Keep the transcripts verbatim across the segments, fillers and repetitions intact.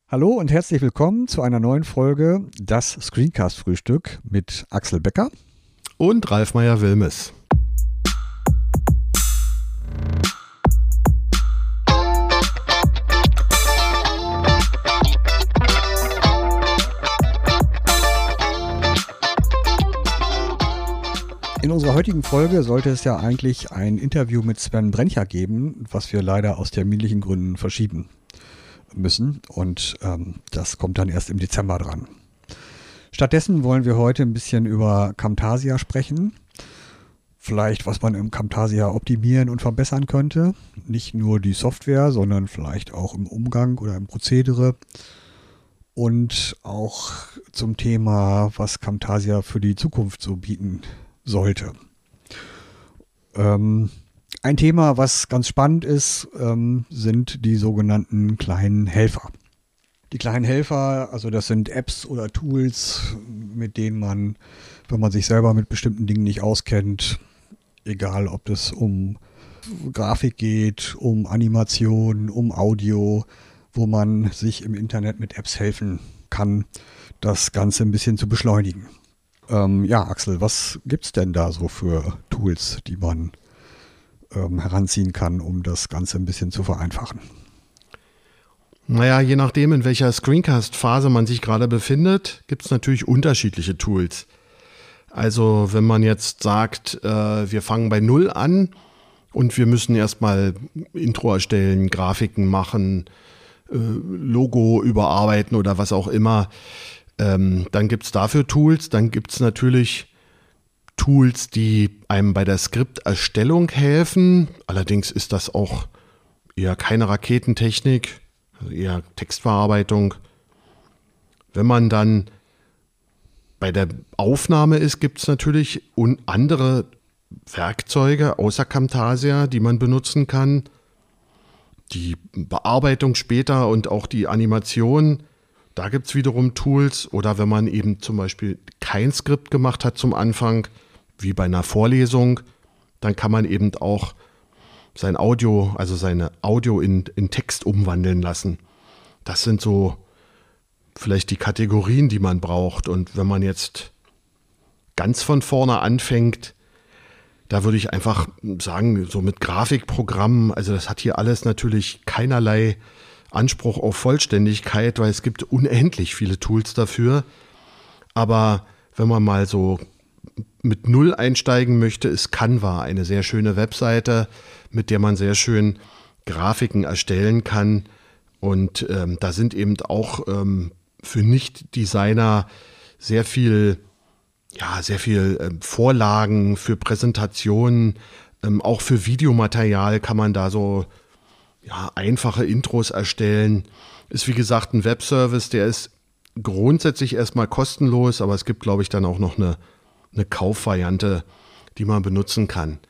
Hallo und herzlich willkommen zu einer neuen Folge Das Screencast-Frühstück mit Axel Becker und Ralf Meyer-Wilmes. In unserer heutigen Folge sollte es ja eigentlich ein Interview mit Sven Brencher geben, was wir leider aus terminlichen Gründen verschieben müssen und ähm, das kommt dann erst im Dezember dran. Stattdessen wollen wir heute ein bisschen über Camtasia sprechen. Vielleicht, was man im Camtasia optimieren und verbessern könnte. Nicht nur die Software, sondern vielleicht auch im Umgang oder im Prozedere. Und auch zum Thema, was Camtasia für die Zukunft so bieten sollte. Ähm, ein Thema, was ganz spannend ist, ähm, sind die sogenannten kleinen Helfer. Die kleinen Helfer, also das sind Apps oder Tools, mit denen man, wenn man sich selber mit bestimmten Dingen nicht auskennt, egal ob es um Grafik geht, um Animation, um Audio, wo man sich im Internet mit Apps helfen kann, das Ganze ein bisschen zu beschleunigen. Ähm, ja, Axel, was gibt's denn da so für Tools, die man ähm, heranziehen kann, um das Ganze ein bisschen zu vereinfachen? Naja, je nachdem, in welcher Screencast-Phase man sich gerade befindet, gibt es natürlich unterschiedliche Tools. Also wenn man jetzt sagt, äh, wir fangen bei Null an und wir müssen erstmal Intro erstellen, Grafiken machen, äh, Logo überarbeiten oder was auch immer, ähm, dann gibt es dafür Tools. Dann gibt es natürlich Tools, die einem bei der Skripterstellung helfen. Allerdings ist das auch eher keine Raketentechnik, also eher Textverarbeitung. Wenn man dann bei der Aufnahme ist, gibt es natürlich un- andere Werkzeuge außer Camtasia, die man benutzen kann. Die Bearbeitung später und auch die Animation, da gibt es wiederum Tools. Oder wenn man eben zum Beispiel kein Skript gemacht hat zum Anfang, wie bei einer Vorlesung, dann kann man eben auch sein Audio, also seine Audio in, in Text umwandeln lassen. Das sind so vielleicht die Kategorien, die man braucht. Und wenn man jetzt ganz von vorne anfängt, da würde ich einfach sagen, so mit Grafikprogrammen, also das hat hier alles natürlich keinerlei Anspruch auf Vollständigkeit, weil es gibt unendlich viele Tools dafür. Aber wenn man mal so mit Null einsteigen möchte, ist Canva eine sehr schöne Webseite, mit der man sehr schön Grafiken erstellen kann. Und ähm, da sind eben auch ähm, für Nicht-Designer sehr viel, ja, sehr viel ähm, Vorlagen für Präsentationen, ähm, auch für Videomaterial kann man da so ja, einfache Intros erstellen. Ist wie gesagt ein Webservice, der ist grundsätzlich erstmal kostenlos, aber es gibt, glaube ich, dann auch noch eine, eine Kaufvariante, die man benutzen kann.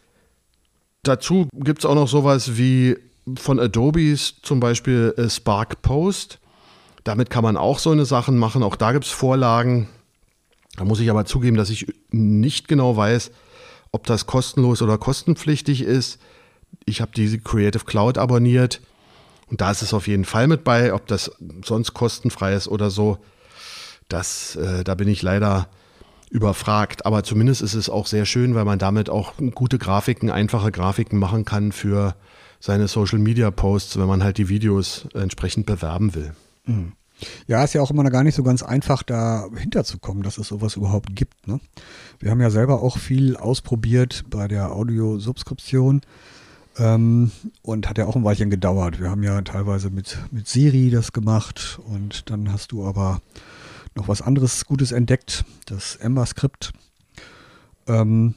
Dazu gibt es auch noch sowas wie von Adobe zum Beispiel äh, Spark Post. Damit kann man auch so eine Sachen machen. Auch da gibt es Vorlagen. Da muss ich aber zugeben, dass ich nicht genau weiß, ob das kostenlos oder kostenpflichtig ist. Ich habe diese Creative Cloud abonniert und da ist es auf jeden Fall mit bei. Ob das sonst kostenfrei ist oder so, das, äh, da bin ich leider überfragt. Aber zumindest ist es auch sehr schön, weil man damit auch gute Grafiken, einfache Grafiken machen kann für seine Social-Media-Posts, wenn man halt die Videos entsprechend bewerben will. Mhm. Ja, ist ja auch immer gar nicht so ganz einfach, da hinterzukommen, dass es sowas überhaupt gibt, ne? Wir haben ja selber auch viel ausprobiert bei der Audiosubskription ähm, und hat ja auch ein Weilchen gedauert. Wir haben ja teilweise mit, mit Siri das gemacht und dann hast du aber noch was anderes Gutes entdeckt, das Ember-Skript. Ähm,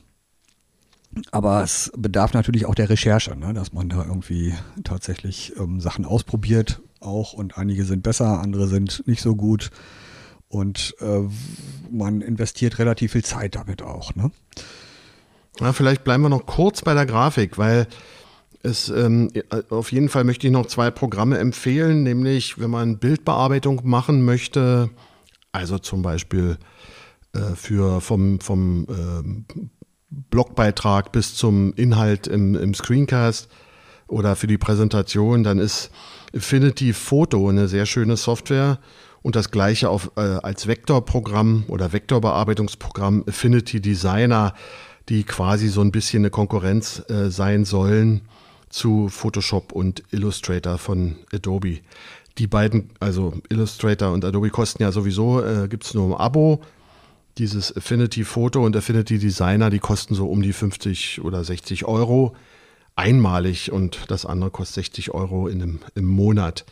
aber es bedarf natürlich auch der Recherche, ne, dass man da irgendwie tatsächlich ähm, Sachen ausprobiert auch und einige sind besser, andere sind nicht so gut und äh, man investiert relativ viel Zeit damit auch, ne? Ja, vielleicht bleiben wir noch kurz bei der Grafik, weil es ähm, auf jeden Fall möchte ich noch zwei Programme empfehlen, nämlich wenn man Bildbearbeitung machen möchte, also zum Beispiel äh, für vom, vom äh, Blogbeitrag bis zum Inhalt im, im Screencast oder für die Präsentation, dann ist Affinity Photo, eine sehr schöne Software. Und das gleiche auf, äh, als Vektorprogramm oder Vektorbearbeitungsprogramm Affinity Designer, die quasi so ein bisschen eine Konkurrenz äh, sein sollen zu Photoshop und Illustrator von Adobe. Die beiden, also Illustrator und Adobe, kosten ja sowieso, äh, gibt es nur im Abo. Dieses Affinity Photo und Affinity Designer, die kosten so um die fünfzig oder sechzig Euro einmalig und das andere kostet sechzig Euro in einem, im Monat.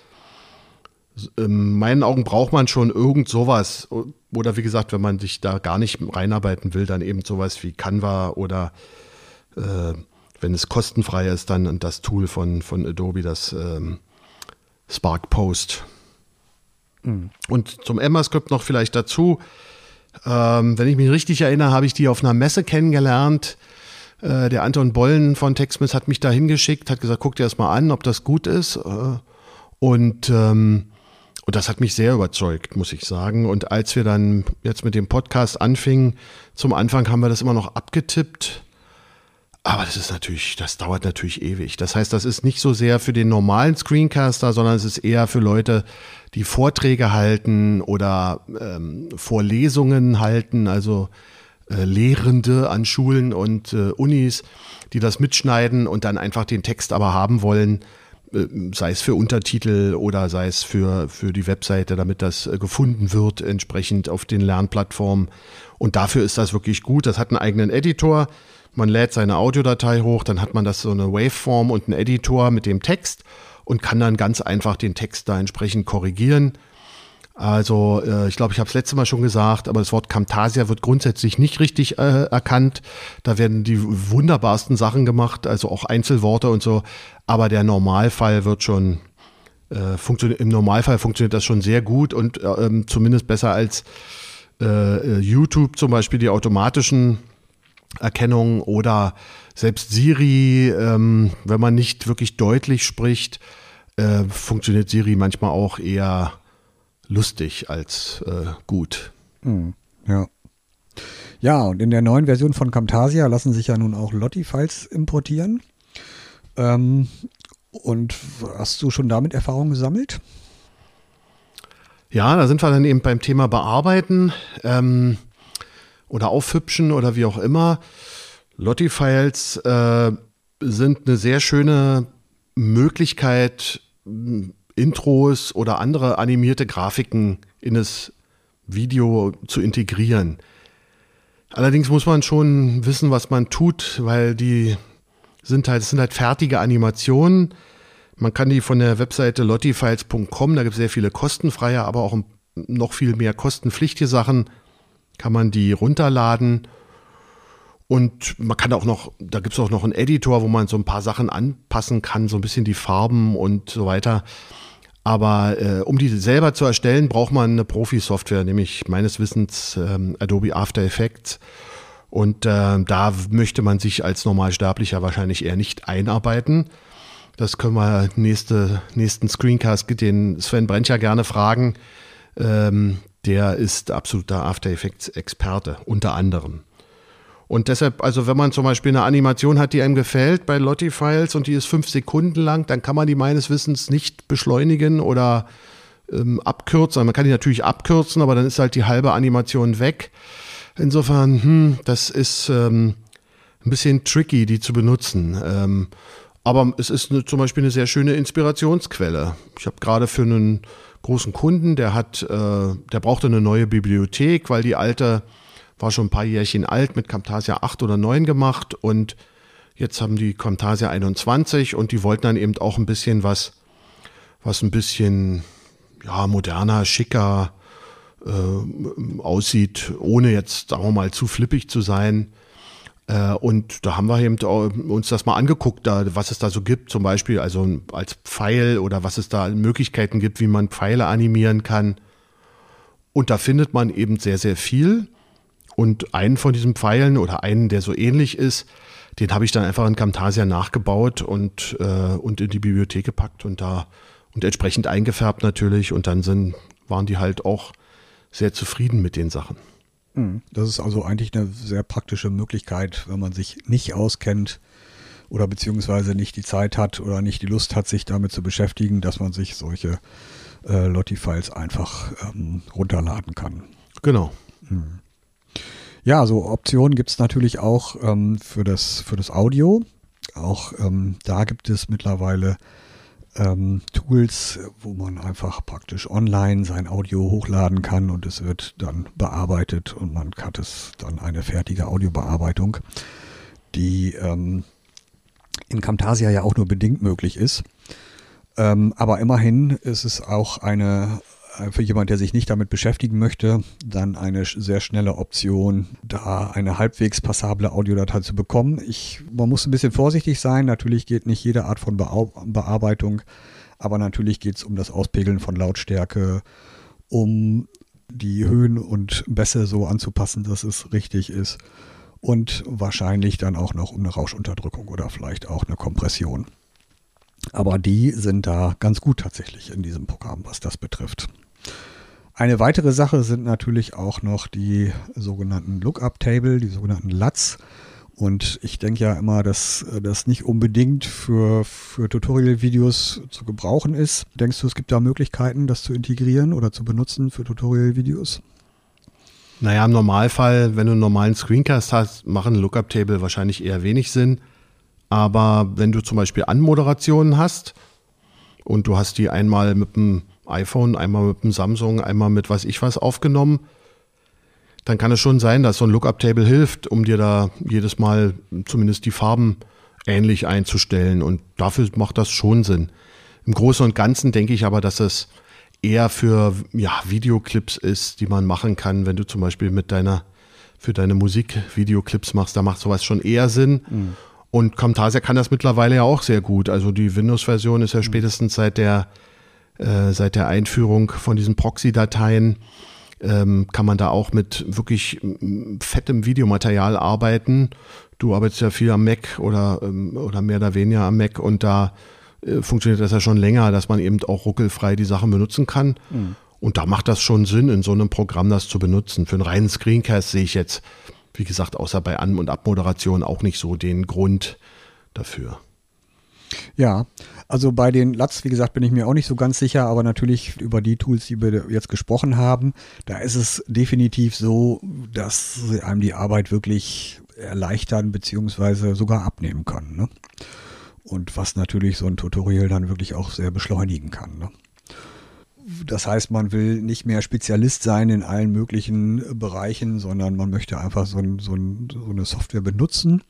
In meinen Augen braucht man schon irgend sowas. Oder wie gesagt, wenn man sich da gar nicht reinarbeiten will, dann eben sowas wie Canva oder äh, wenn es kostenfrei ist, dann das Tool von, von Adobe, das ähm, Spark Post. Mhm. Und zum EmmaScript noch vielleicht dazu. Ähm, wenn ich mich richtig erinnere, habe ich die auf einer Messe kennengelernt. Äh, der Anton Bollen von TechSmith hat mich da hingeschickt, hat gesagt, guck dir das mal an, ob das gut ist. Äh, und, ähm, und das hat mich sehr überzeugt, muss ich sagen. Und als wir dann jetzt mit dem Podcast anfingen, zum Anfang haben wir das immer noch abgetippt. Aber das ist natürlich, das dauert natürlich ewig. Das heißt, das ist nicht so sehr für den normalen Screencaster, sondern es ist eher für Leute, die Vorträge halten oder ähm, Vorlesungen halten, also äh, Lehrende an Schulen und äh, Unis, die das mitschneiden und dann einfach den Text aber haben wollen, äh, sei es für Untertitel oder sei es für, für die Webseite, damit das äh, gefunden wird, entsprechend auf den Lernplattformen. Und dafür ist das wirklich gut. Das hat einen eigenen Editor. Man lädt seine Audiodatei hoch, dann hat man das so eine Waveform und einen Editor mit dem Text und kann dann ganz einfach den Text da entsprechend korrigieren. Also äh, ich glaube, ich habe es letztes Mal schon gesagt, aber das Wort Camtasia wird grundsätzlich nicht richtig äh, erkannt. Da werden die wunderbarsten Sachen gemacht, also auch Einzelworte und so. Aber der Normalfall wird schon, äh, funktioniert, im Normalfall funktioniert das schon sehr gut und äh, zumindest besser als äh, YouTube zum Beispiel, die automatischen Erkennung oder selbst Siri, ähm, wenn man nicht wirklich deutlich spricht, äh, funktioniert Siri manchmal auch eher lustig als äh, gut. Hm, ja. Ja, und in der neuen Version von Camtasia lassen sich ja nun auch Lottie-Files importieren. Ähm, und hast du schon damit Erfahrung gesammelt? Ja, da sind wir dann eben beim Thema Bearbeiten. Ähm, oder aufhübschen oder wie auch immer. Lottie-Files äh, sind eine sehr schöne Möglichkeit, Intros oder andere animierte Grafiken in das Video zu integrieren. Allerdings muss man schon wissen, was man tut, weil die sind halt, es sind halt fertige Animationen. Man kann die von der Webseite lottifiles punkt com, da gibt es sehr viele kostenfreie, aber auch noch viel mehr kostenpflichtige Sachen, kann man die runterladen und man kann auch noch, da gibt es auch noch einen Editor, wo man so ein paar Sachen anpassen kann, so ein bisschen die Farben und so weiter. Aber äh, um die selber zu erstellen, braucht man eine Profi-Software, nämlich meines Wissens ähm, Adobe After Effects. Und äh, da möchte man sich als Normalsterblicher wahrscheinlich eher nicht einarbeiten. Das können wir nächste, nächsten Screencast den Sven Brencher gerne fragen. Ähm, Der ist absoluter After Effects Experte, unter anderem. Und deshalb, also wenn man zum Beispiel eine Animation hat, die einem gefällt bei Lottie-Files und die ist fünf Sekunden lang, dann kann man die meines Wissens nicht beschleunigen oder ähm, abkürzen. Man kann die natürlich abkürzen, aber dann ist halt die halbe Animation weg. Insofern, hm, das ist ähm, ein bisschen tricky, die zu benutzen. Ähm, aber es ist eine, zum Beispiel eine sehr schöne Inspirationsquelle. Ich habe gerade für einen großen Kunden, der hat, äh, der brauchte eine neue Bibliothek, weil die alte war schon ein paar Jährchen alt, mit Camtasia acht oder neun gemacht und jetzt haben die Camtasia einundzwanzig und die wollten dann eben auch ein bisschen was, was ein bisschen ja, moderner, schicker äh, aussieht, ohne jetzt, sagen wir mal, zu flippig zu sein. Äh, und da haben wir eben uns das mal angeguckt, da, was es da so gibt, zum Beispiel also als Pfeil oder was es da Möglichkeiten gibt, wie man Pfeile animieren kann. Und da findet man eben sehr, sehr viel. Und einen von diesen Pfeilen oder einen, der so ähnlich ist, den habe ich dann einfach in Camtasia nachgebaut und, äh, und in die Bibliothek gepackt und da und entsprechend eingefärbt natürlich. Und dann sind, waren die halt auch sehr zufrieden mit den Sachen. Das ist also eigentlich eine sehr praktische Möglichkeit, wenn man sich nicht auskennt, oder beziehungsweise nicht die Zeit hat oder nicht die Lust hat, sich damit zu beschäftigen, dass man sich solche äh, Lottie-Files einfach ähm, runterladen kann. Genau. Hm. Ja, so Optionen gibt es natürlich auch ähm, für das, für das Audio. Auch ähm, da gibt es mittlerweile ähm, Tools, wo man einfach praktisch online sein Audio hochladen kann und es wird dann bearbeitet und man hat es dann eine fertige Audiobearbeitung, die ähm, in Camtasia ja auch nur bedingt möglich ist. Ähm, aber immerhin ist es auch eine, für jemand, der sich nicht damit beschäftigen möchte, dann eine sehr schnelle Option, da eine halbwegs passable Audiodatei zu bekommen. Ich, man muss ein bisschen vorsichtig sein. Natürlich geht nicht jede Art von Beau- Bearbeitung, aber natürlich geht es um das Auspegeln von Lautstärke, um die Höhen und Bässe so anzupassen, dass es richtig ist. Und wahrscheinlich dann auch noch um eine Rauschunterdrückung oder vielleicht auch eine Kompression. Aber die sind da ganz gut tatsächlich in diesem Programm, was das betrifft. Eine weitere Sache sind natürlich auch noch die sogenannten Lookup-Table, die sogenannten L U Ts. Und ich denke ja immer, dass das nicht unbedingt für, für Tutorial-Videos zu gebrauchen ist. Denkst du, es gibt da Möglichkeiten, das zu integrieren oder zu benutzen für Tutorial-Videos? Naja, im Normalfall, wenn du einen normalen Screencast hast, machen Lookup-Table wahrscheinlich eher wenig Sinn. Aber wenn du zum Beispiel Anmoderationen hast und du hast die einmal mit dem iPhone, einmal mit dem Samsung, einmal mit was ich was aufgenommen, dann kann es schon sein, dass so ein Lookup-Table hilft, um dir da jedes Mal zumindest die Farben ähnlich einzustellen. Und dafür macht das schon Sinn. Im Großen und Ganzen denke ich aber, dass es eher für ja, Videoclips ist, die man machen kann, wenn du zum Beispiel mit deiner, für deine Musik Videoclips machst, da macht sowas schon eher Sinn. Mhm. Und Camtasia kann das mittlerweile ja auch sehr gut. Also die Windows-Version ist ja spätestens seit der, äh, seit der Einführung von diesen Proxy-Dateien, ähm, kann man da auch mit wirklich fettem Videomaterial arbeiten. Du arbeitest ja viel am Mac oder, ähm, oder mehr oder weniger am Mac und da äh, funktioniert das ja schon länger, dass man eben auch ruckelfrei die Sachen benutzen kann. Mhm. Und da macht das schon Sinn, in so einem Programm das zu benutzen. Für einen reinen Screencast sehe ich jetzt, wie gesagt, außer bei An- und Abmoderation auch nicht so den Grund dafür. Ja, also bei den L U Ts, wie gesagt, bin ich mir auch nicht so ganz sicher, aber natürlich über die Tools, die wir jetzt gesprochen haben, da ist es definitiv so, dass sie einem die Arbeit wirklich erleichtern beziehungsweise sogar abnehmen können. Ne? Und was natürlich so ein Tutorial dann wirklich auch sehr beschleunigen kann. Ne? Das heißt, man will nicht mehr Spezialist sein in allen möglichen Bereichen, sondern man möchte einfach so, ein, so, ein, so eine Software benutzen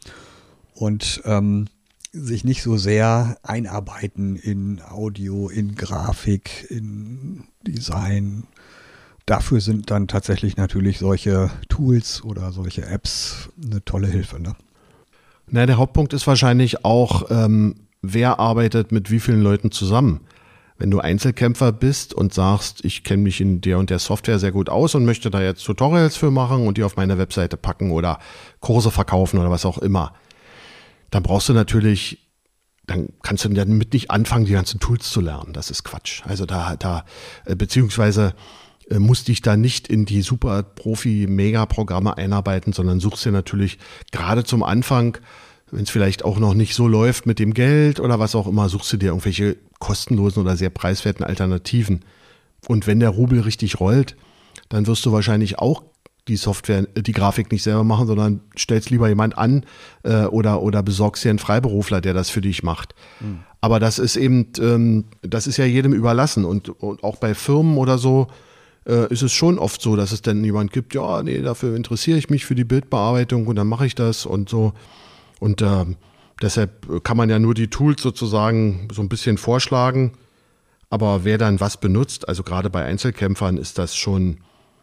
und ähm, sich nicht so sehr einarbeiten in Audio, in Grafik, in Design. Dafür sind dann tatsächlich natürlich solche Tools oder solche Apps eine tolle Hilfe. Ne? Na, der Hauptpunkt ist wahrscheinlich auch, ähm, wer arbeitet mit wie vielen Leuten zusammen. Wenn du Einzelkämpfer bist und sagst, ich kenne mich in der und der Software sehr gut aus und möchte da jetzt Tutorials für machen und die auf meine Webseite packen oder Kurse verkaufen oder was auch immer, dann brauchst du natürlich, dann kannst du damit nicht anfangen, die ganzen Tools zu lernen. Das ist Quatsch. Also da, da beziehungsweise musst dich da nicht in die super Profi-Mega-Programme einarbeiten, sondern suchst dir natürlich gerade zum Anfang, wenn es vielleicht auch noch nicht so läuft mit dem Geld oder was auch immer, suchst du dir irgendwelche kostenlosen oder sehr preiswerten Alternativen. Und wenn der Rubel richtig rollt, dann wirst du wahrscheinlich auch die Software, die Grafik nicht selber machen, sondern stellst lieber jemand an äh, oder, oder besorgst dir einen Freiberufler, der das für dich macht. Mhm. Aber das ist eben, ähm, das ist ja jedem überlassen. Und, und auch bei Firmen oder so äh, ist es schon oft so, dass es dann jemand gibt, ja, nee, dafür interessiere ich mich für die Bildbearbeitung und dann mache ich das und so. Und äh, deshalb kann man ja nur die Tools sozusagen so ein bisschen vorschlagen. Aber wer dann was benutzt, also gerade bei Einzelkämpfern ist das schon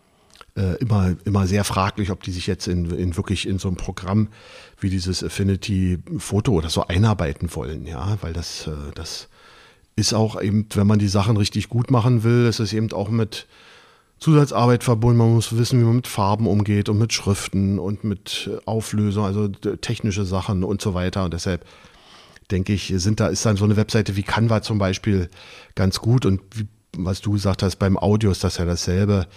äh, immer, immer sehr fraglich, ob die sich jetzt in, in wirklich in so ein Programm wie dieses Affinity Photo oder so einarbeiten wollen. Ja, weil das, äh, das ist auch eben, wenn man die Sachen richtig gut machen will, ist es eben auch mit Zusatzarbeit verbunden. Man muss wissen, wie man mit Farben umgeht und mit Schriften und mit Auflösung, also technische Sachen und so weiter. Und deshalb denke ich, sind da, ist dann so eine Webseite wie Canva zum Beispiel ganz gut. Und wie, was du gesagt hast, beim Audio ist das ja dasselbe.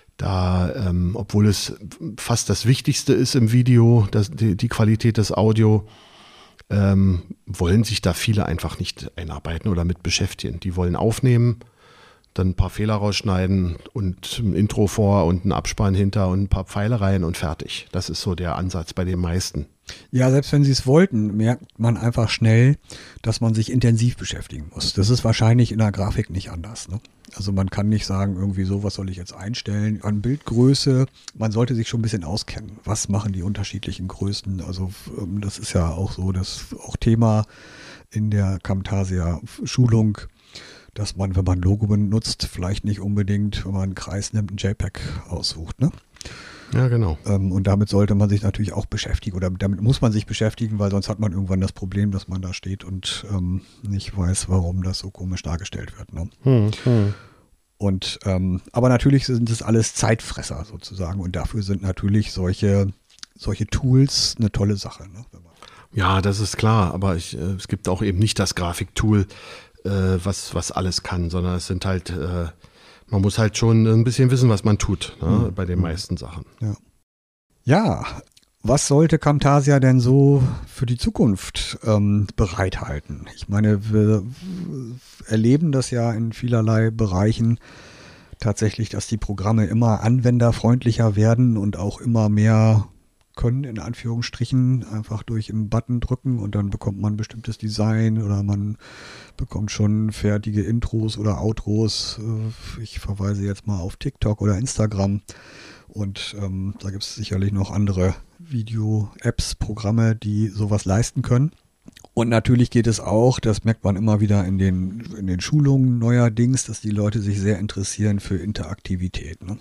Da, ähm, obwohl es fast das Wichtigste ist im Video, das, die, die Qualität des Audio, ähm, wollen sich da viele einfach nicht einarbeiten oder mit beschäftigen. Die wollen aufnehmen, dann ein paar Fehler rausschneiden und ein Intro vor und einen Abspann hinter und ein paar Pfeile rein und fertig. Das ist so der Ansatz bei den meisten. Ja, selbst wenn sie es wollten, merkt man einfach schnell, dass man sich intensiv beschäftigen muss. Das ist wahrscheinlich in der Grafik nicht anders, ne? Also man kann nicht sagen, irgendwie so, was soll ich jetzt einstellen an Bildgröße. Man sollte sich schon ein bisschen auskennen. Was machen die unterschiedlichen Größen? Also das ist ja auch so, das auch Thema in der Camtasia-Schulung, dass man, wenn man Logo benutzt, vielleicht nicht unbedingt, wenn man einen Kreis nimmt, ein JPEG aussucht, ne? Ja, genau. Ähm, und damit sollte man sich natürlich auch beschäftigen oder damit muss man sich beschäftigen, weil sonst hat man irgendwann das Problem, dass man da steht und ähm, nicht weiß, warum das so komisch dargestellt wird, ne? Hm, hm. Und ähm, aber natürlich sind das alles Zeitfresser sozusagen und dafür sind natürlich solche, solche Tools eine tolle Sache, ne? Ja, das ist klar, aber ich, äh, es gibt auch eben nicht das Grafiktool, äh, was, was alles kann, sondern es sind halt, äh, man muss halt schon ein bisschen wissen, was man tut, ne, mhm. bei den meisten Sachen. Ja. Ja, was sollte Camtasia denn so für die Zukunft ähm, bereithalten? Ich meine, wir erleben das ja in vielerlei Bereichen tatsächlich, dass die Programme immer anwenderfreundlicher werden und auch immer mehr können, in Anführungsstrichen, einfach durch einen Button drücken und dann bekommt man ein bestimmtes Design oder man bekommt schon fertige Intros oder Outros. Ich verweise jetzt mal auf TikTok oder Instagram und ähm, da gibt es sicherlich noch andere Video-Apps, Programme, die sowas leisten können. Und natürlich geht es auch, das merkt man immer wieder in den, in den Schulungen neuerdings, dass die Leute sich sehr interessieren für Interaktivität, ne?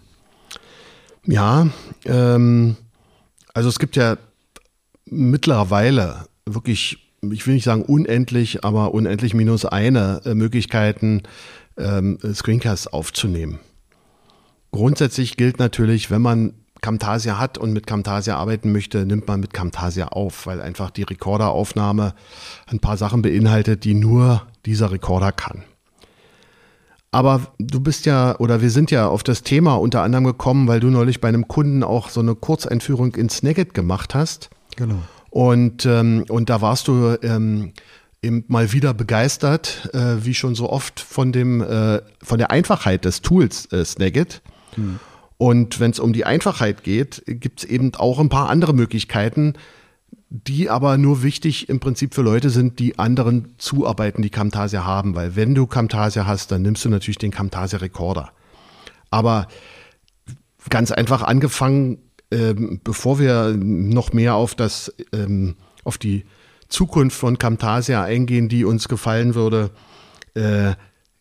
Ja, ähm, also es gibt ja mittlerweile wirklich, ich will nicht sagen unendlich, aber unendlich minus eine äh, Möglichkeiten, ähm, Screencasts aufzunehmen. Grundsätzlich gilt natürlich, wenn man Camtasia hat und mit Camtasia arbeiten möchte, nimmt man mit Camtasia auf, weil einfach die Recorderaufnahme ein paar Sachen beinhaltet, die nur dieser Recorder kann. Aber du bist ja, oder wir sind ja auf das Thema unter anderem gekommen, weil du neulich bei einem Kunden auch so eine Kurzeinführung in Snagit gemacht hast. Genau. Und, ähm, und da warst du ähm, eben mal wieder begeistert, äh, wie schon so oft von dem, äh, von der Einfachheit des Tools äh, Snagit. Hm. Und wenn es um die Einfachheit geht, gibt es eben auch ein paar andere Möglichkeiten, die aber nur wichtig im Prinzip für Leute sind, die anderen zuarbeiten, die Camtasia haben. Weil wenn du Camtasia hast, dann nimmst du natürlich den Camtasia Recorder. Aber ganz einfach angefangen, ähm, bevor wir noch mehr auf das, ähm, auf die Zukunft von Camtasia eingehen, die uns gefallen würde, äh,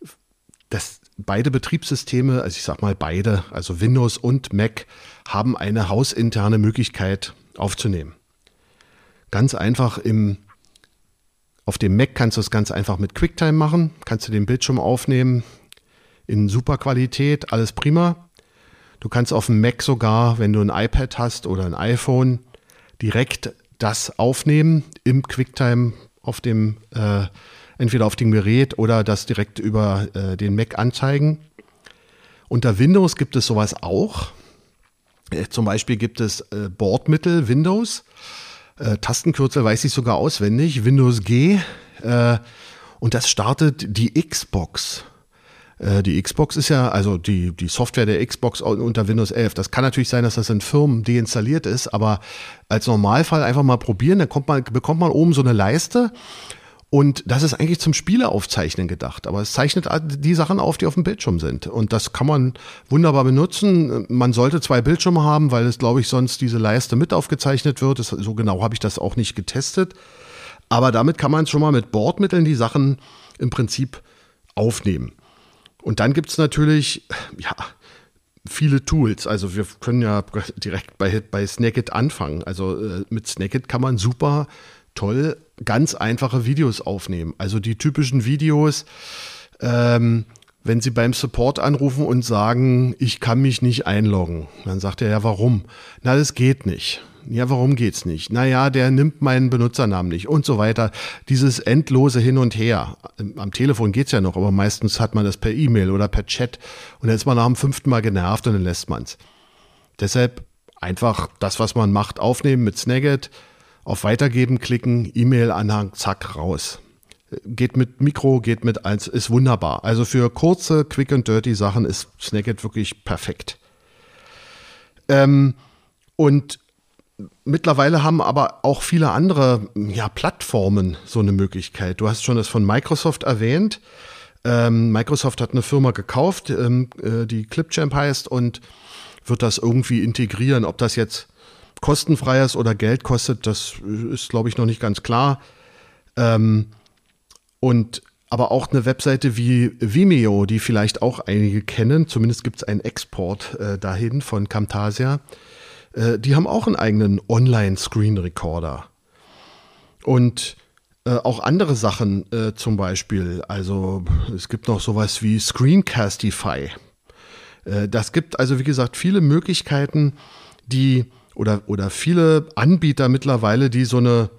dass beide Betriebssysteme, also ich sag mal beide, also Windows und Mac, haben eine hausinterne Möglichkeit aufzunehmen. Ganz einfach im, auf dem Mac kannst du es ganz einfach mit QuickTime machen, kannst du den Bildschirm aufnehmen in super Qualität, alles prima. Du kannst auf dem Mac sogar, wenn du ein iPad hast oder ein iPhone, direkt das aufnehmen im QuickTime auf dem, äh, entweder auf dem Gerät oder das direkt über äh, den Mac anzeigen. Unter Windows gibt es sowas auch. Äh, zum Beispiel gibt es äh, Bordmittel Windows. Äh, Tastenkürzel weiß ich sogar auswendig, Windows G, äh, und das startet die Xbox. Äh, die Xbox ist ja, also die, die Software der Xbox unter Windows elf. Das kann natürlich sein, dass das in Firmen deinstalliert ist, aber als Normalfall einfach mal probieren, dann kommt man, bekommt man oben so eine Leiste und das ist eigentlich zum Spieleaufzeichnen gedacht, aber es zeichnet die Sachen auf, die auf dem Bildschirm sind und das kann man wunderbar benutzen. Man sollte zwei Bildschirme haben, weil es, glaube ich, sonst diese Leiste mit aufgezeichnet wird. Das, so genau habe ich das auch nicht getestet, aber damit kann man schon mal mit Bordmitteln die Sachen im Prinzip aufnehmen. Und dann gibt es natürlich, ja, viele Tools. Also wir können ja direkt bei, bei Snagit anfangen. Also äh, mit Snagit kann man super toll ganz einfache Videos aufnehmen. Also die typischen Videos, ähm, wenn Sie beim Support anrufen und sagen, ich kann mich nicht einloggen. Dann sagt er, ja, warum? Na, das geht nicht. Ja, warum geht's nicht? Naja, der nimmt meinen Benutzernamen nicht und so weiter. Dieses endlose Hin und Her. Am Telefon geht's ja noch, aber meistens hat man das per E-Mail oder per Chat und dann ist man nach dem fünften Mal genervt und dann lässt man's. Deshalb einfach das, was man macht, aufnehmen mit Snagit, auf Weitergeben klicken, E-Mail-Anhang, zack, raus. Geht mit Mikro, geht mit eins, ist wunderbar. Also für kurze, quick and dirty Sachen ist Snagit wirklich perfekt. Ähm, und mittlerweile haben aber auch viele andere ja, Plattformen so eine Möglichkeit. Du hast schon das von Microsoft erwähnt. Ähm, Microsoft hat eine Firma gekauft, ähm, äh, die Clipchamp heißt, und wird das irgendwie integrieren. Ob das jetzt kostenfrei ist oder Geld kostet, das ist, glaube ich, noch nicht ganz klar. Ähm, und aber auch eine Webseite wie Vimeo, die vielleicht auch einige kennen, zumindest gibt es einen Export äh, dahin von Camtasia, äh, die haben auch einen eigenen Online-Screen-Recorder. Und äh, auch andere Sachen äh, zum Beispiel, also es gibt noch sowas wie Screencastify. Äh, das gibt also, wie gesagt, viele Möglichkeiten, die oder, oder viele Anbieter mittlerweile, die so eine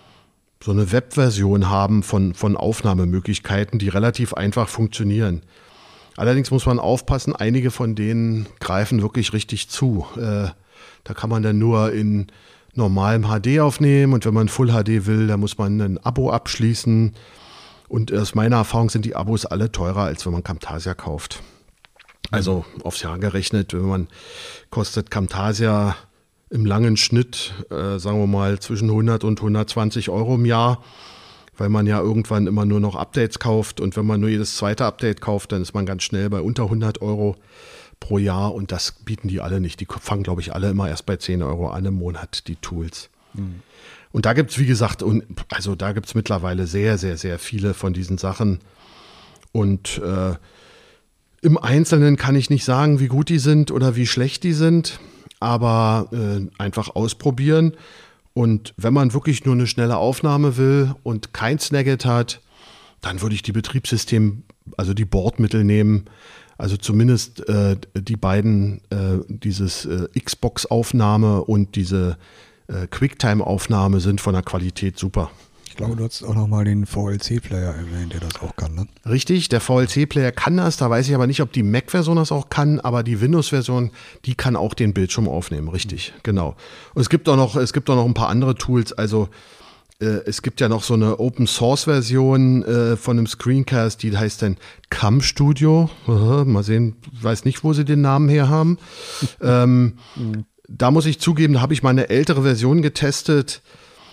so eine Webversion haben von, von Aufnahmemöglichkeiten, die relativ einfach funktionieren. Allerdings muss man aufpassen, einige von denen greifen wirklich richtig zu. Äh, da kann man dann nur in normalem H D aufnehmen, und wenn man Full H D will, dann muss man ein Abo abschließen. Und aus meiner Erfahrung sind die Abos alle teurer, als wenn man Camtasia kauft. Also aufs Jahr gerechnet, wenn man kostet Camtasia im langen Schnitt, äh, sagen wir mal, zwischen hundert und hundertzwanzig Euro im Jahr, weil man ja irgendwann immer nur noch Updates kauft, und wenn man nur jedes zweite Update kauft, dann ist man ganz schnell bei unter hundert Euro pro Jahr, und das bieten die alle nicht. Die fangen, glaube ich, alle immer erst bei zehn Euro an im Monat, die Tools. Mhm. Und da gibt es, wie gesagt, also da gibt es mittlerweile sehr, sehr, sehr viele von diesen Sachen, und äh, im Einzelnen kann ich nicht sagen, wie gut die sind oder wie schlecht die sind, aber äh, einfach ausprobieren. Und wenn man wirklich nur eine schnelle Aufnahme will und kein Snagit hat, dann würde ich die Betriebssystem, also die Bordmittel nehmen. Also zumindest äh, die beiden, äh, dieses äh, Xbox-Aufnahme und diese äh, QuickTime-Aufnahme sind von der Qualität super. Ich glaube, du hast auch nochmal den V L C-Player erwähnt, der das auch kann, ne? Richtig, der V L C-Player kann das, da weiß ich aber nicht, ob die Mac-Version das auch kann, aber die Windows-Version, die kann auch den Bildschirm aufnehmen, richtig, mhm. genau. Und es gibt auch noch, es gibt auch noch ein paar andere Tools, also äh, es gibt ja noch so eine Open-Source-Version äh, von einem Screencast, die heißt dann Cam Studio, Aha, mal sehen, weiß nicht, wo sie den Namen her haben. ähm, mhm. Da muss ich zugeben, da habe ich mal eine ältere Version getestet,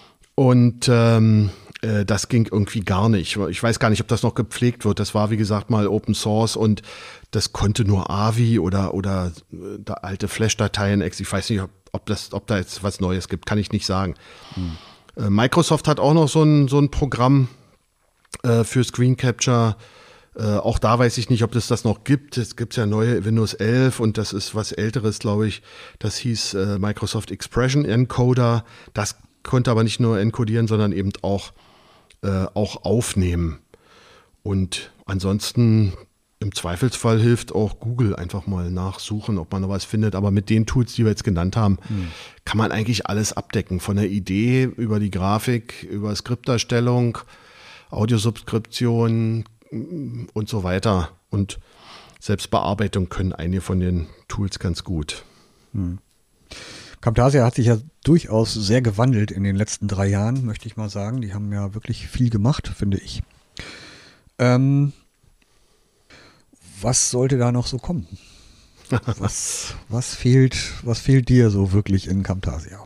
und ähm, äh, das ging irgendwie gar nicht. Ich weiß gar nicht, ob das noch gepflegt wird. Das war, wie gesagt, mal Open Source, und das konnte nur A V I oder, oder äh, da alte Flash-Dateien. Ich weiß nicht, ob, ob, das, ob da jetzt was Neues gibt, kann ich nicht sagen. Hm. Äh, Microsoft hat auch noch so ein, so ein Programm äh, für Screen Capture. Äh, auch da weiß ich nicht, ob es das noch gibt. Es gibt ja neue Windows elf, und das ist was Älteres, glaube ich. Das hieß äh, Microsoft Expression Encoder. Das konnte aber nicht nur encodieren, sondern eben auch, äh, auch aufnehmen. Und ansonsten im Zweifelsfall hilft auch Google, einfach mal nachsuchen, ob man noch was findet. Aber mit den Tools, die wir jetzt genannt haben, hm. kann man eigentlich alles abdecken. Von der Idee über die Grafik, über Skripterstellung, Audiosubskription und so weiter. Und Selbstbearbeitung können einige von den Tools ganz gut. Hm. Camtasia hat sich ja durchaus sehr gewandelt in den letzten drei Jahren, möchte ich mal sagen. Die haben ja wirklich viel gemacht, finde ich. Ähm, was sollte da noch so kommen? Was, was, fehlt, was fehlt dir so wirklich in Camtasia?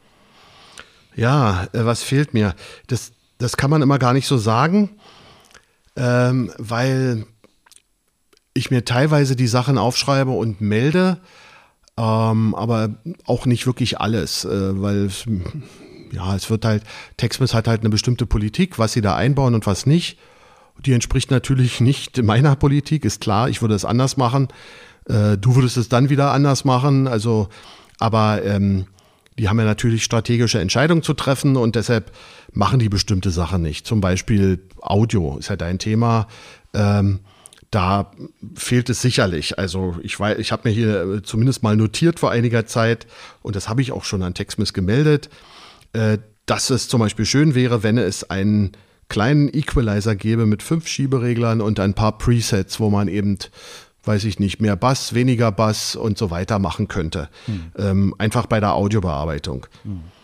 Ja, äh, was fehlt mir? Das, das kann man immer gar nicht so sagen, ähm, weil ich mir teilweise die Sachen aufschreibe und melde, Ähm, aber auch nicht wirklich alles, äh, weil es, ja, es wird halt, TechSmith hat halt eine bestimmte Politik, was sie da einbauen und was nicht. Die entspricht natürlich nicht meiner Politik, ist klar, ich würde es anders machen. Äh, du würdest es dann wieder anders machen, also, aber ähm, die haben ja natürlich strategische Entscheidungen zu treffen, und deshalb machen die bestimmte Sachen nicht. Zum Beispiel Audio ist ja dein Thema. Ähm, Da fehlt es sicherlich. Also ich weiß, ich habe mir hier zumindest mal notiert vor einiger Zeit, und das habe ich auch schon an TechSmith gemeldet, äh, dass es zum Beispiel schön wäre, wenn es einen kleinen Equalizer gäbe mit fünf Schiebereglern und ein paar Presets, wo man eben, weiß ich nicht, mehr Bass, weniger Bass und so weiter machen könnte. Hm. Ähm, einfach bei der Audiobearbeitung. Hm.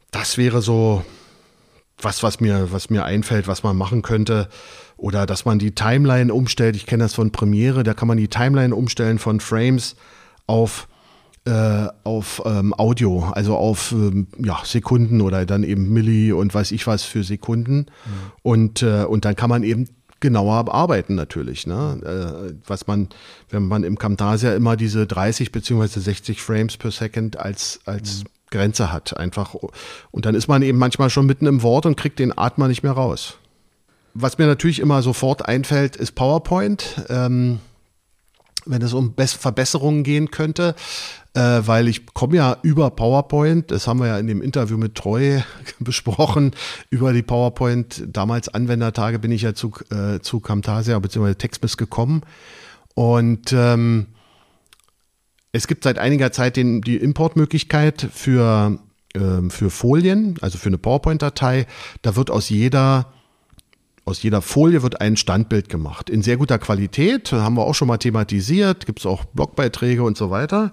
das wäre so was, was mir, was mir einfällt, was man machen könnte. Oder dass man die Timeline umstellt. Ich kenne das von Premiere, da kann man die Timeline umstellen von Frames auf, äh, auf ähm, Audio, also auf ähm, ja, Sekunden oder dann eben Milli und weiß ich was für Sekunden. Mhm. Und, äh, und dann kann man eben genauer arbeiten natürlich. Ne? Äh, was man, wenn man im Camtasia immer diese dreißig beziehungsweise sechzig Frames per Second als, als mhm. Grenze hat. Einfach. Und dann ist man eben manchmal schon mitten im Wort und kriegt den Atmer nicht mehr raus. Was mir natürlich immer sofort einfällt, ist PowerPoint. Ähm, wenn es um Be- Verbesserungen gehen könnte, äh, weil ich komme ja über PowerPoint, das haben wir ja in dem Interview mit Treu besprochen, über die PowerPoint, damals Anwendertage bin ich ja zu, äh, zu Camtasia bzw. TextMist gekommen und ähm, es gibt seit einiger Zeit den, die Importmöglichkeit für, ähm, für Folien, also für eine PowerPoint-Datei, da wird aus jeder Aus jeder Folie wird ein Standbild gemacht. In sehr guter Qualität, haben wir auch schon mal thematisiert, gibt es auch Blogbeiträge und so weiter.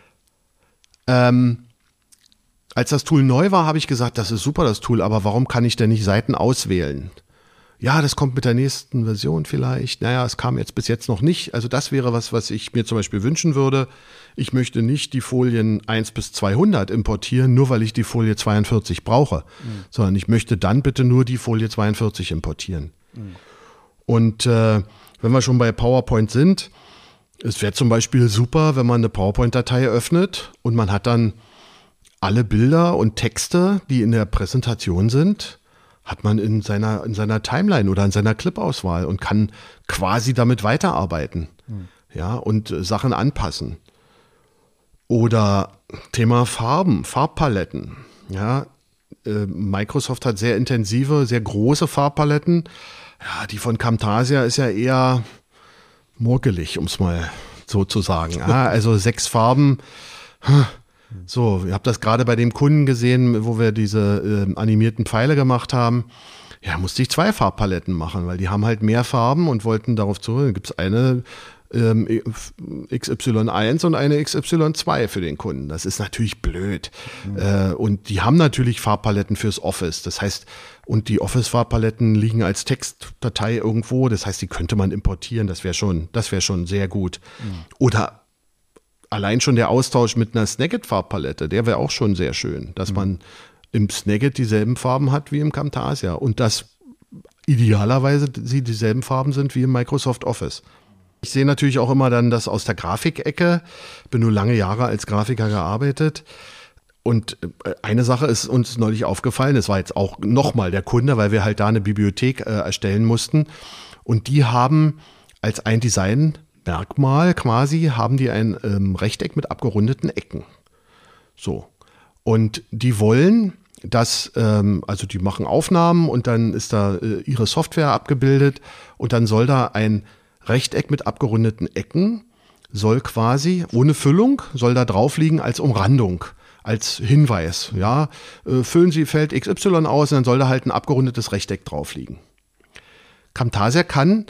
Ähm, als das Tool neu war, habe ich gesagt, das ist super, das Tool, aber warum kann ich denn nicht Seiten auswählen? Ja, das kommt mit der nächsten Version vielleicht. Naja, es kam jetzt bis jetzt noch nicht. Also das wäre was, was ich mir zum Beispiel wünschen würde. Ich möchte nicht die Folien eins bis zweihundert importieren, nur weil ich die Folie zweiundvierzig brauche, mhm. sondern ich möchte dann bitte nur die Folie zweiundvierzig importieren. Mhm. Und äh, wenn wir schon bei PowerPoint sind, es wäre zum Beispiel super, wenn man eine PowerPoint-Datei öffnet und man hat dann alle Bilder und Texte, die in der Präsentation sind, hat man in seiner, in seiner Timeline oder in seiner Clip-Auswahl und kann quasi damit weiterarbeiten, mhm. ja, und äh, Sachen anpassen. Oder Thema Farben, Farbpaletten. Ja, äh, Microsoft hat sehr intensive, sehr große Farbpaletten. Ja, die von Camtasia ist ja eher murkelig, um es mal so zu sagen. Ja, also sechs Farben. So, ihr habt das gerade bei dem Kunden gesehen, wo wir diese äh, animierten Pfeile gemacht haben. Ja, musste ich zwei Farbpaletten machen, weil die haben halt mehr Farben und wollten darauf zurück. Da gibt es eine ähm, X Y eins und eine X Y zwei für den Kunden. Das ist natürlich blöd. Mhm. Äh, und die haben natürlich Farbpaletten fürs Office. Das heißt, und die Office-Farbpaletten liegen als Textdatei irgendwo. Das heißt, die könnte man importieren. Das wäre schon, das wäre schon sehr gut. Mhm. Oder allein schon der Austausch mit einer Snagit-Farbpalette, der wäre auch schon sehr schön, dass mhm. man im Snagit dieselben Farben hat wie im Camtasia und dass idealerweise sie dieselben Farben sind wie im Microsoft Office. Ich sehe natürlich auch immer dann das aus der Grafikecke, bin nur lange Jahre als Grafiker gearbeitet und eine Sache ist uns neulich aufgefallen, das war jetzt auch nochmal der Kunde, weil wir halt da eine Bibliothek äh, erstellen mussten und die haben als ein Design Merkmal quasi, haben die ein ähm, Rechteck mit abgerundeten Ecken. So. Und die wollen, dass, ähm, also die machen Aufnahmen und dann ist da äh, ihre Software abgebildet und dann soll da ein Rechteck mit abgerundeten Ecken, soll quasi ohne Füllung, soll da drauf liegen als Umrandung, als Hinweis. Ja, äh, füllen Sie Feld X Y aus und dann soll da halt ein abgerundetes Rechteck drauf liegen. Camtasia kann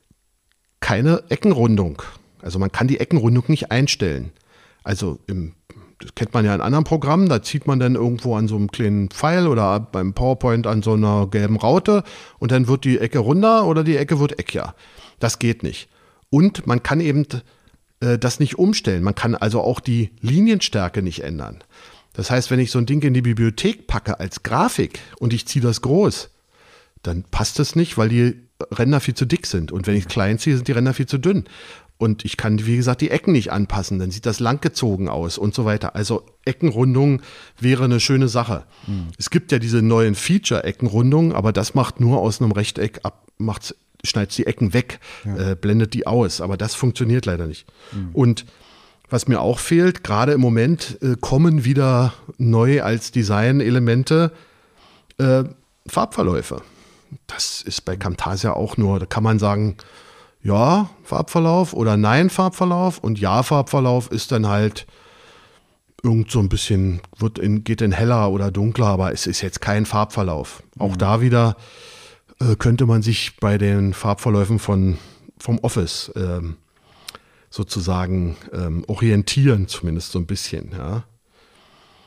keine Eckenrundung. Also man kann die Eckenrundung nicht einstellen. Also im, das kennt man ja in anderen Programmen, da zieht man dann irgendwo an so einem kleinen Pfeil oder beim PowerPoint an so einer gelben Raute und dann wird die Ecke runder oder die Ecke wird eckiger. Das geht nicht. Und man kann eben äh, das nicht umstellen. Man kann also auch die Linienstärke nicht ändern. Das heißt, wenn ich so ein Ding in die Bibliothek packe als Grafik und ich ziehe das groß, dann passt es nicht, weil die Ränder viel zu dick sind. Und wenn ich klein ziehe, sind die Ränder viel zu dünn. Und ich kann, wie gesagt, die Ecken nicht anpassen. Dann sieht das langgezogen aus und so weiter. Also Eckenrundung wäre eine schöne Sache. Mhm. Es gibt ja diese neuen Feature-Eckenrundungen, aber das macht nur aus einem Rechteck ab, macht's, schneidet die Ecken weg, ja. äh, blendet die aus. Aber das funktioniert leider nicht. Mhm. Und was mir auch fehlt, gerade im Moment äh, kommen wieder neu als Design-Elemente äh, Farbverläufe. Das ist bei Camtasia auch nur, da kann man sagen, ja, Farbverlauf oder nein, Farbverlauf und ja, Farbverlauf ist dann halt irgend so ein bisschen, wird in, geht in heller oder dunkler, aber es ist jetzt kein Farbverlauf. Mhm. Auch da wieder äh, könnte man sich bei den Farbverläufen von, vom Office ähm, sozusagen ähm, orientieren, zumindest so ein bisschen, ja.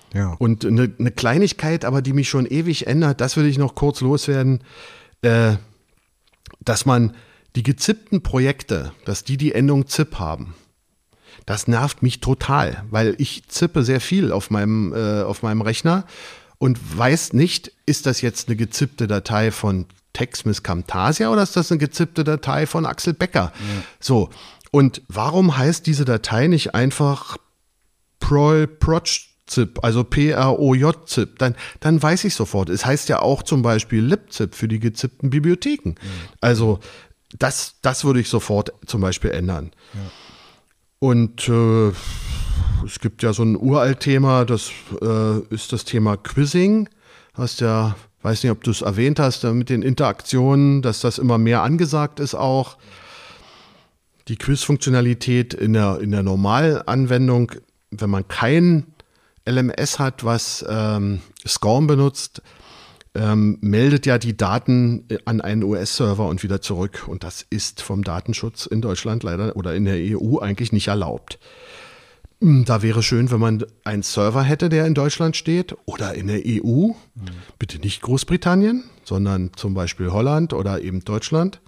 Ja. Und eine, eine Kleinigkeit, aber die mich schon ewig ändert, das will ich noch kurz loswerden, äh, dass man die gezippten Projekte, dass die die Endung ZIP haben. Das nervt mich total, weil ich zippe sehr viel auf meinem, äh, auf meinem Rechner und weiß nicht, ist das jetzt eine gezippte Datei von TechSmith Camtasia oder ist das eine gezippte Datei von Axel Becker? Ja. So, und warum heißt diese Datei nicht einfach Proj Zip, also P R O J Zip, dann, dann weiß ich sofort. Es heißt ja auch zum Beispiel libzip für die gezippten Bibliotheken. Mhm. Also das, das würde ich sofort zum Beispiel ändern. Ja. Und äh, es gibt ja so ein Uralt-Thema, das äh, ist das Thema Quizzing. Hast ja, weiß nicht, ob du es erwähnt hast, mit den Interaktionen, dass das immer mehr angesagt ist auch. Die Quiz-Funktionalität in der, in der Normalanwendung, wenn man kein L M S hat, was ähm, SCORM benutzt, ähm, meldet ja die Daten an einen U S-Server und wieder zurück. Und das ist vom Datenschutz in Deutschland leider oder in der E U eigentlich nicht erlaubt. Da wäre schön, wenn man einen Server hätte, der in Deutschland steht oder in der E U. Mhm. Bitte nicht Großbritannien, sondern zum Beispiel Holland oder eben Deutschland.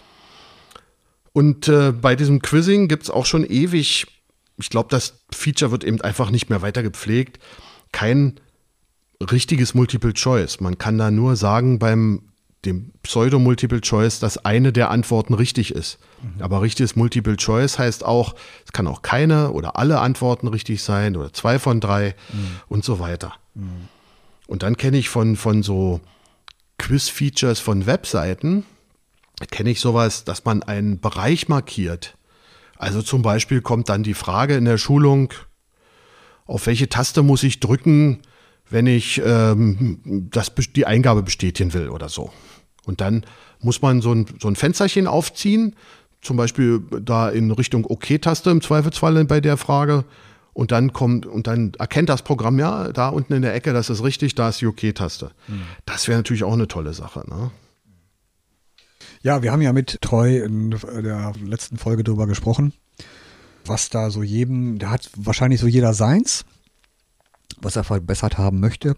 Und äh, bei diesem Quizzing gibt es auch schon ewig, ich glaube, das Feature wird eben einfach nicht mehr weiter gepflegt, kein richtiges Multiple Choice. Man kann da nur sagen beim dem Pseudo-Multiple Choice, dass eine der Antworten richtig ist. Mhm. Aber richtiges Multiple Choice heißt auch, es kann auch keine oder alle Antworten richtig sein oder zwei von drei mhm. und so weiter. Mhm. Und dann kenne ich von, von so Quiz-Features von Webseiten, kenne ich sowas, dass man einen Bereich markiert. Also zum Beispiel kommt dann die Frage in der Schulung, auf welche Taste muss ich drücken, wenn ich ähm, das, die Eingabe bestätigen will oder so. Und dann muss man so ein, so ein Fensterchen aufziehen, zum Beispiel da in Richtung OK-Taste im Zweifelsfall bei der Frage. Und dann kommt und dann erkennt das Programm, ja, da unten in der Ecke, das ist richtig, da ist die OK-Taste. Mhm. Das wäre natürlich auch eine tolle Sache, ne? Ja, wir haben ja mit Troy in der letzten Folge drüber gesprochen, was da so jedem, da hat wahrscheinlich so jeder seins, was er verbessert haben möchte.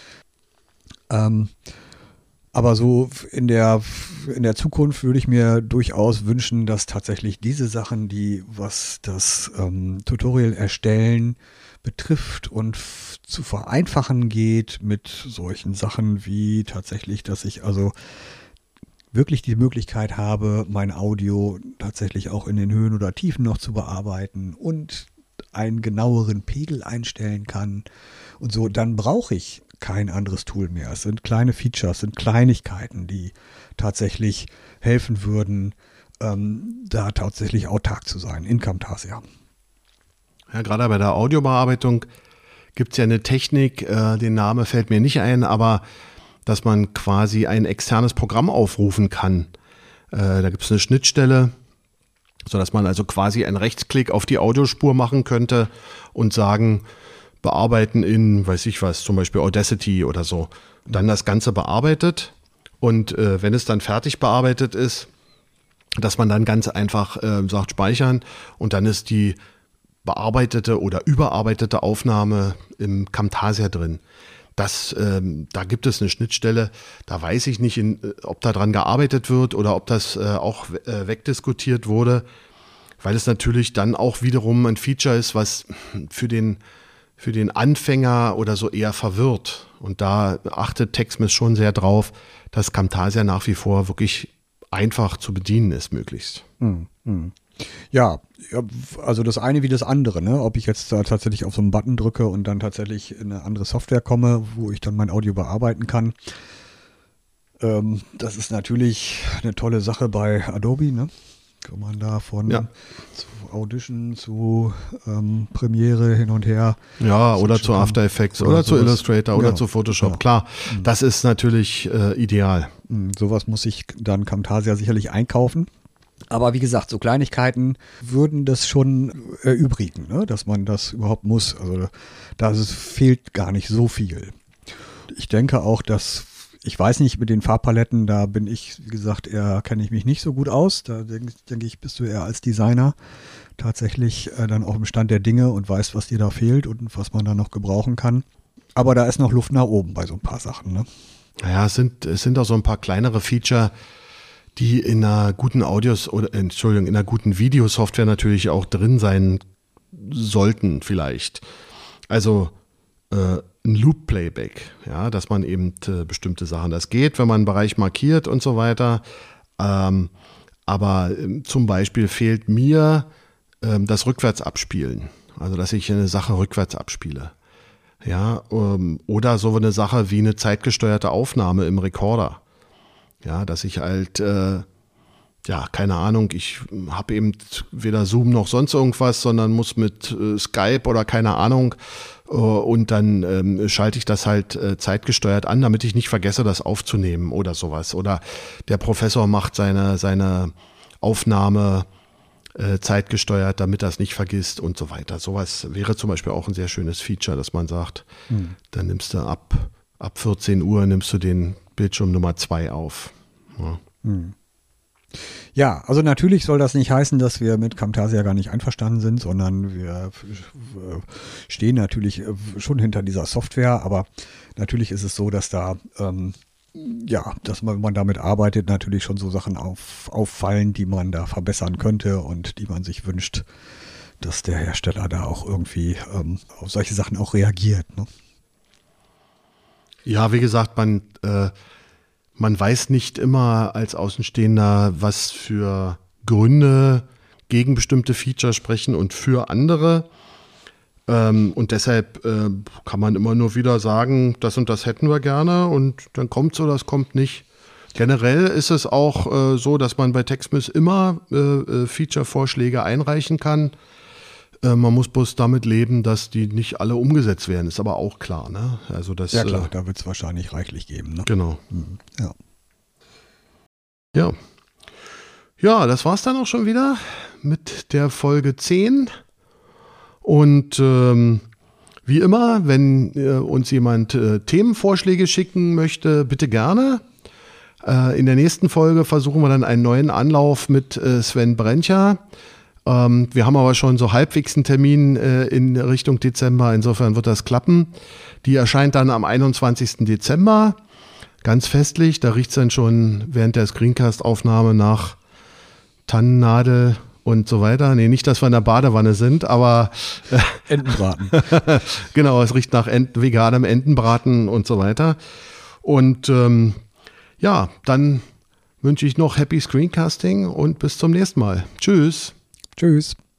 Ähm, aber so in der, in der Zukunft würde ich mir durchaus wünschen, dass tatsächlich diese Sachen, die was das ähm, Tutorial erstellen betrifft und f- zu vereinfachen geht mit solchen Sachen wie tatsächlich, dass ich also wirklich die Möglichkeit habe, mein Audio tatsächlich auch in den Höhen oder Tiefen noch zu bearbeiten und einen genaueren Pegel einstellen kann und so, dann brauche ich kein anderes Tool mehr. Es sind kleine Features, sind Kleinigkeiten, die tatsächlich helfen würden, ähm, da tatsächlich autark zu sein in Camtasia. Ja, gerade bei der Audiobearbeitung gibt es ja eine Technik, äh, den Name fällt mir nicht ein, aber dass man quasi ein externes Programm aufrufen kann. Äh, da gibt es eine Schnittstelle, sodass man also quasi einen Rechtsklick auf die Audiospur machen könnte und sagen, bearbeiten in, weiß ich was, zum Beispiel Audacity oder so. Dann das Ganze bearbeitet und äh, wenn es dann fertig bearbeitet ist, dass man dann ganz einfach äh, sagt, speichern und dann ist die bearbeitete oder überarbeitete Aufnahme im Camtasia drin. Das, ähm, da gibt es eine Schnittstelle, da weiß ich nicht, in, ob da dran gearbeitet wird oder ob das äh, auch äh, wegdiskutiert wurde, weil es natürlich dann auch wiederum ein Feature ist, was für den, für den Anfänger oder so eher verwirrt. Und da achtet TechSmith schon sehr drauf, dass Camtasia nach wie vor wirklich einfach zu bedienen ist, möglichst. Hm, hm. Ja, also das eine wie das andere, ne? Ob ich jetzt da tatsächlich auf so einen Button drücke und dann tatsächlich in eine andere Software komme, wo ich dann mein Audio bearbeiten kann. Ähm, das ist natürlich eine tolle Sache bei Adobe, ne? Kann man da von ja. zu Audition zu ähm, Premiere hin und her. Ja, oder zu After Effects oder, oder zu Illustrator oder ja. zu Photoshop. Ja. Klar, mhm. das ist natürlich äh, ideal. Mhm, sowas muss ich dann Camtasia sicherlich einkaufen. Aber wie gesagt, so Kleinigkeiten würden das schon erübrigen, ne? Dass man das überhaupt muss. Also da fehlt gar nicht so viel. Ich denke auch, dass, ich weiß nicht, mit den Farbpaletten, da bin ich, wie gesagt, eher kenne ich mich nicht so gut aus. Da denke denk ich, bist du eher als Designer tatsächlich äh, dann auch im Stand der Dinge und weißt, was dir da fehlt und was man da noch gebrauchen kann. Aber da ist noch Luft nach oben bei so ein paar Sachen, ne? Naja, es sind, es sind auch so ein paar kleinere Feature, die in einer guten Audios oder Entschuldigung, in einer guten Videosoftware natürlich auch drin sein sollten, vielleicht. Also äh, ein Loop-Playback, ja, dass man eben äh, bestimmte Sachen, das geht, wenn man einen Bereich markiert und so weiter. Ähm, aber äh, zum Beispiel fehlt mir äh, das Rückwärtsabspielen, also dass ich eine Sache rückwärts abspiele. Ja, ähm, oder so eine Sache wie eine zeitgesteuerte Aufnahme im Recorder. Ja, dass ich halt, äh, ja, keine Ahnung, ich habe eben weder Zoom noch sonst irgendwas, sondern muss mit äh, Skype oder keine Ahnung äh, und dann ähm, schalte ich das halt äh, zeitgesteuert an, damit ich nicht vergesse, das aufzunehmen oder sowas. Oder der Professor macht seine, seine Aufnahme äh, zeitgesteuert, damit er es nicht vergisst und so weiter. Sowas wäre zum Beispiel auch ein sehr schönes Feature, dass man sagt, hm. dann nimmst du ab, ab vierzehn Uhr nimmst du den Bildschirm Nummer zwei auf. Ja. Hm. Ja, also natürlich soll das nicht heißen, dass wir mit Camtasia gar nicht einverstanden sind, sondern wir stehen natürlich schon hinter dieser Software, aber natürlich ist es so, dass da ähm, ja, dass man, wenn man damit arbeitet, natürlich schon so Sachen auf, auffallen, die man da verbessern könnte und die man sich wünscht, dass der Hersteller da auch irgendwie ähm, auf solche Sachen auch reagiert. Ne? Ja, wie gesagt, man, äh, man weiß nicht immer als Außenstehender, was für Gründe gegen bestimmte Feature sprechen und für andere. Ähm, und deshalb äh, kann man immer nur wieder sagen, das und das hätten wir gerne und dann kommt es oder es kommt nicht. Generell ist es auch äh, so, dass man bei TechSmith immer äh, äh, Feature-Vorschläge einreichen kann. Äh, man muss bloß damit leben, dass die nicht alle umgesetzt werden. Ist aber auch klar, ne? Also das, ja klar, äh, da wird es wahrscheinlich reichlich geben. Ne? Genau. Mhm. Ja. Ja. Ja, das war's dann auch schon wieder mit der Folge zehn. Und ähm, wie immer, wenn äh, uns jemand äh, Themenvorschläge schicken möchte, bitte gerne. Äh, in der nächsten Folge versuchen wir dann einen neuen Anlauf mit äh, Sven Brencher. Ähm, wir haben aber schon so halbwegs einen Termin äh, in Richtung Dezember, insofern wird das klappen. Die erscheint dann am einundzwanzigsten Dezember, ganz festlich. Da riecht es dann schon während der Screencast-Aufnahme nach Tannennadel und so weiter. Nee, nicht, dass wir in der Badewanne sind, aber äh, Entenbraten. Genau, es riecht nach Ent- veganem Entenbraten und so weiter. Und ähm, ja, dann wünsche ich noch Happy Screencasting und bis zum nächsten Mal. Tschüss. Tschüss.